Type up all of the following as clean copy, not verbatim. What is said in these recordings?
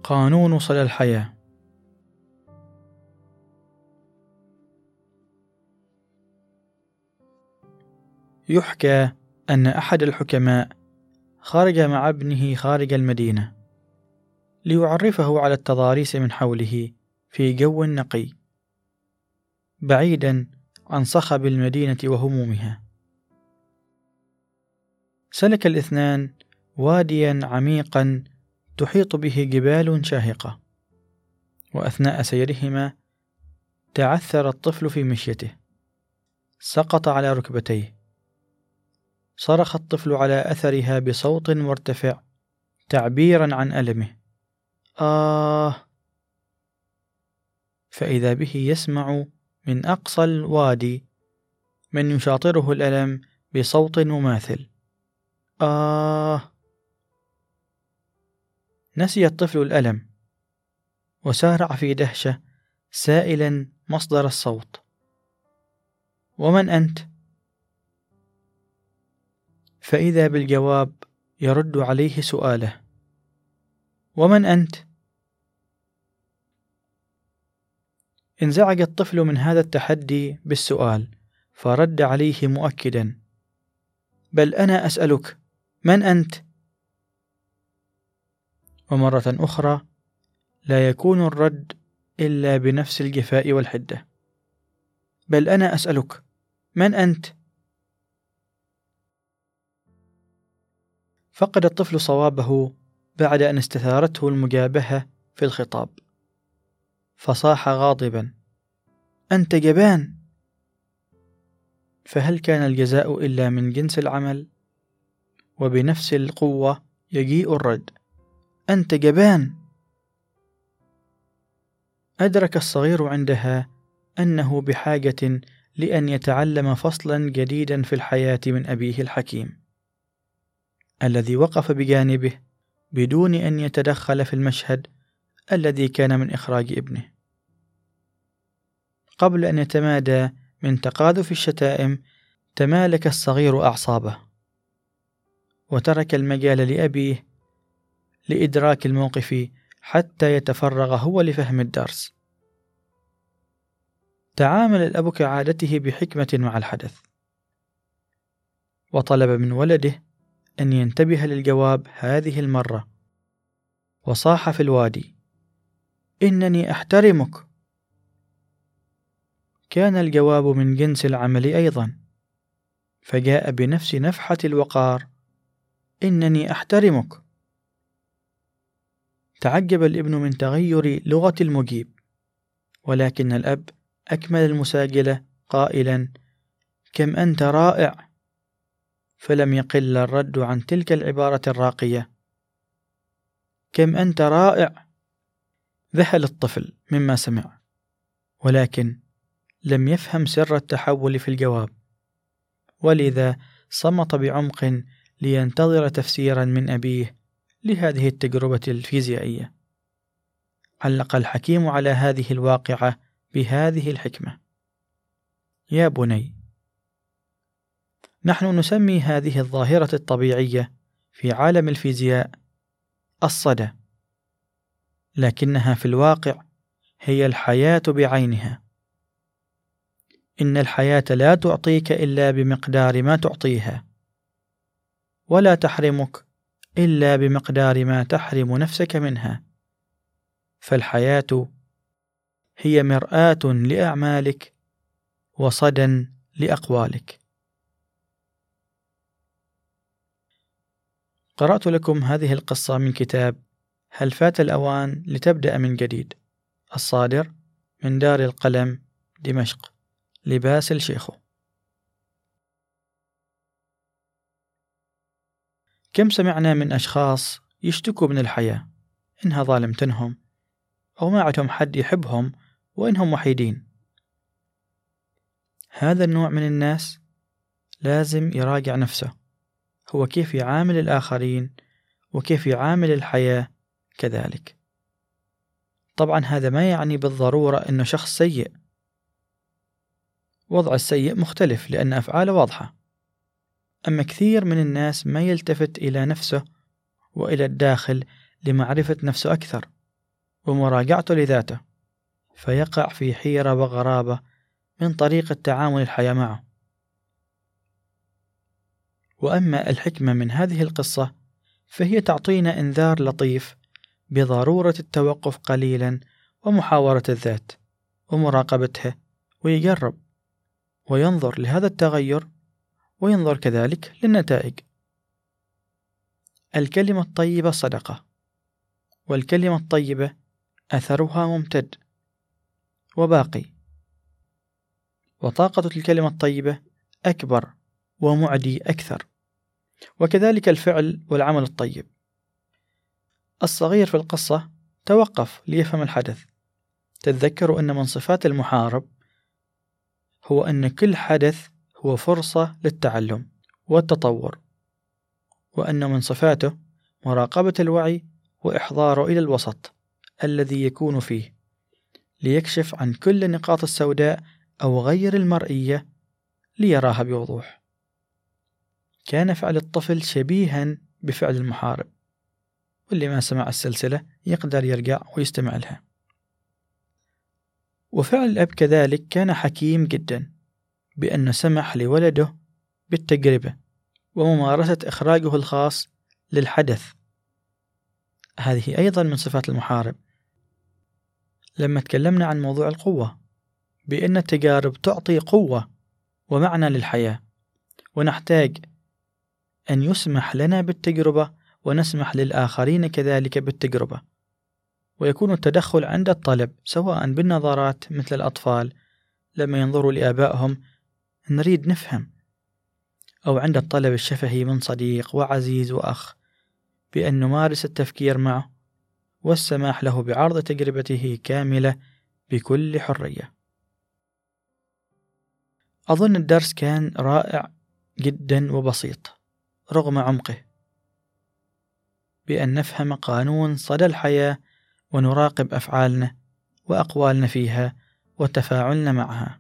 قانون صلى الحياة. يحكى أن أحد الحكماء خرج مع ابنه خارج المدينة ليعرفه على التضاريس من حوله في جو نقي بعيدا عن صخب المدينة وهمومها. سلك الاثنان واديا عميقا تحيط به جبال شاهقة، وأثناء سيرهما تعثر الطفل في مشيته، سقط على ركبتيه، صرخ الطفل على أثرها بصوت مرتفع تعبيرا عن ألمه: آه! فإذا به يسمع من أقصى الوادي من يشاطره الألم بصوت مماثل: آه! نسي الطفل الألم وسارع في دهشة سائلا مصدر الصوت: ومن أنت؟ فإذا بالجواب يرد عليه سؤاله: ومن أنت؟ انزعج الطفل من هذا التحدي بالسؤال، فرد عليه مؤكدا: بل أنا أسألك، من أنت؟ ومرة أخرى لا يكون الرد إلا بنفس الجفاء والحدة: بل أنا أسألك، من أنت؟ فقد الطفل صوابه بعد أن استثارته المجابهة في الخطاب، فصاح غاضبا: أنت جبان! فهل كان الجزاء إلا من جنس العمل؟ وبنفس القوة يجيء الرد: أنت جبان! أدرك الصغير عندها أنه بحاجة لأن يتعلم فصلا جديدا في الحياة من أبيه الحكيم، الذي وقف بجانبه بدون أن يتدخل في المشهد الذي كان من إخراج ابنه. قبل أن يتمادى من تقاذف الشتائم، تمالك الصغير أعصابه، وترك المجال لأبيه لإدراك الموقف حتى يتفرغ هو لفهم الدرس. تعامل الأب كعادته بحكمة مع الحدث، وطلب من ولده أن ينتبه للجواب هذه المرة، وصاح في الوادي: إنني أحترمك. كان الجواب من جنس العمل أيضا، فجاء بنفس نفحة الوقار: إنني أحترمك. تعجب الابن من تغير لغة المجيب، ولكن الأب أكمل المساجلة قائلا: كم أنت رائع! فلم يقل الرد عن تلك العبارة الراقية: كم أنت رائع! ذهل الطفل مما سمع، ولكن لم يفهم سر التحول في الجواب، ولذا صمت بعمق لينتظر تفسيرا من أبيه لهذه التجربة الفيزيائية. علق الحكيم على هذه الواقعة بهذه الحكمة: يا بني، نحن نسمي هذه الظاهرة الطبيعية في عالم الفيزياء الصدى، لكنها في الواقع هي الحياة بعينها. إن الحياة لا تعطيك إلا بمقدار ما تعطيها، ولا تحرمك إلا بمقدار ما تحرم نفسك منها. فالحياة هي مرآة لأعمالك وصدى لأقوالك. قرأت لكم هذه القصة من كتاب هل فات الأوان لتبدأ من جديد، الصادر من دار القلم دمشق، لباسل شيخو. كم سمعنا من أشخاص يشتكوا من الحياة، إنها ظالمتنهم، أو ما عندهم حد يحبهم، وإنهم وحيدين. هذا النوع من الناس لازم يراجع نفسه، هو كيف يعامل الآخرين وكيف يعامل الحياة كذلك. طبعا هذا ما يعني بالضرورة أنه شخص سيء، وضع السيء مختلف لأن أفعاله واضحة. أما كثير من الناس ما يلتفت إلى نفسه وإلى الداخل لمعرفة نفسه أكثر، ومراجعته لذاته، فيقع في حيرة وغرابة من طريقة تعامل الحياة معه. وأما الحكمة من هذه القصة فهي تعطينا إنذار لطيف بضرورة التوقف قليلا ومحاورة الذات ومراقبتها، ويجرب وينظر لهذا التغير وينظر كذلك للنتائج. الكلمة الطيبة صدقة، والكلمة الطيبة أثرها ممتد وباقي، وطاقة الكلمة الطيبة أكبر ومعدي أكثر، وكذلك الفعل والعمل الطيب. الصغير في القصة توقف ليفهم الحدث. تذكروا أن من صفات المحارب هو أن كل حدث هو فرصة للتعلم والتطور، وأن من صفاته مراقبة الوعي وإحضاره إلى الوسط الذي يكون فيه ليكشف عن كل النقاط السوداء أو غير المرئية ليراها بوضوح. كان فعل الطفل شبيها بفعل المحارب، واللي ما سمع السلسلة يقدر يرجع ويستمع لها. وفعل الأب كذلك كان حكيم جدا، بأنه سمح لولده بالتجربة وممارسة إخراجه الخاص للحدث. هذه أيضا من صفات المحارب. لما تكلمنا عن موضوع القوة، بأن التجارب تعطي قوة ومعنى للحياة، ونحتاج أن يسمح لنا بالتجربة ونسمح للآخرين كذلك بالتجربة. ويكون التدخل عند الطلب سواء بالنظرات مثل الأطفال لما ينظروا لآبائهم نريد نفهم، أو عند الطلب الشفهي من صديق وعزيز وأخ، بأن نمارس التفكير معه والسماح له بعرض تجربته كاملة بكل حرية. أظن الدرس كان رائع جدا وبسيط رغم عمقه، بأن نفهم قانون صدى الحياة ونراقب أفعالنا وأقوالنا فيها وتفاعلنا معها.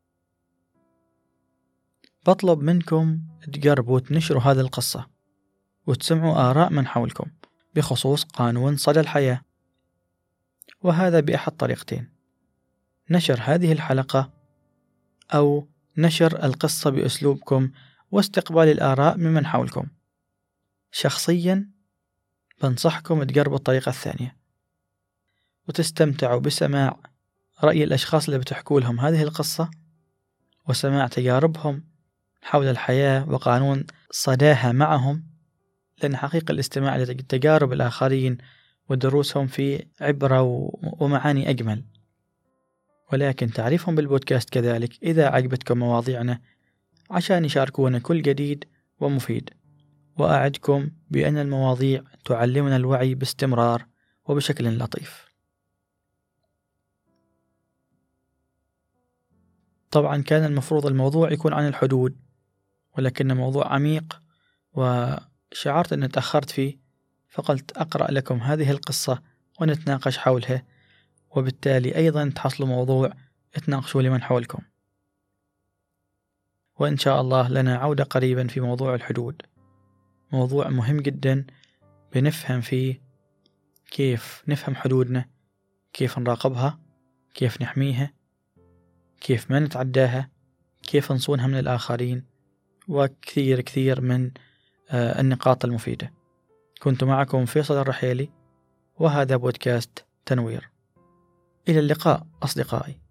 بطلب منكم تجربوا وتنشروا هذه القصة وتسمعوا آراء من حولكم بخصوص قانون صدى الحياة، وهذا بأحد طريقتين: نشر هذه الحلقة أو نشر القصة بأسلوبكم واستقبال الآراء ممن حولكم. شخصيا بنصحكم تجربوا الطريقة الثانية وتستمتعوا بسماع رأي الأشخاص اللي بتحكوا لهم هذه القصة وسماع تجاربهم حول الحياة وقانون صداها معهم، لأن حقيقة الاستماع لتجارب الآخرين ودروسهم في عبرة ومعاني أجمل. ولكن تعريفهم بالبودكاست كذلك إذا عجبتكم مواضيعنا عشان يشاركونا كل جديد ومفيد. وأعدكم بأن المواضيع تعلمنا الوعي باستمرار وبشكل لطيف. طبعا كان المفروض الموضوع يكون عن الحدود، ولكن موضوع عميق وشعرت أن تأخرت فيه، فقلت أقرأ لكم هذه القصة ونتناقش حولها، وبالتالي أيضا تحصلوا موضوع تناقشوا لمن حولكم. وإن شاء الله لنا عودة قريبا في موضوع الحدود، موضوع مهم جدا بنفهم فيه كيف نفهم حدودنا، كيف نراقبها، كيف نحميها، كيف ما نتعداها، كيف نصونها من الآخرين، وكثير كثير من النقاط المفيدة. كنت معكم فيصل الرحيلي، وهذا بودكاست تنوير. إلى اللقاء أصدقائي.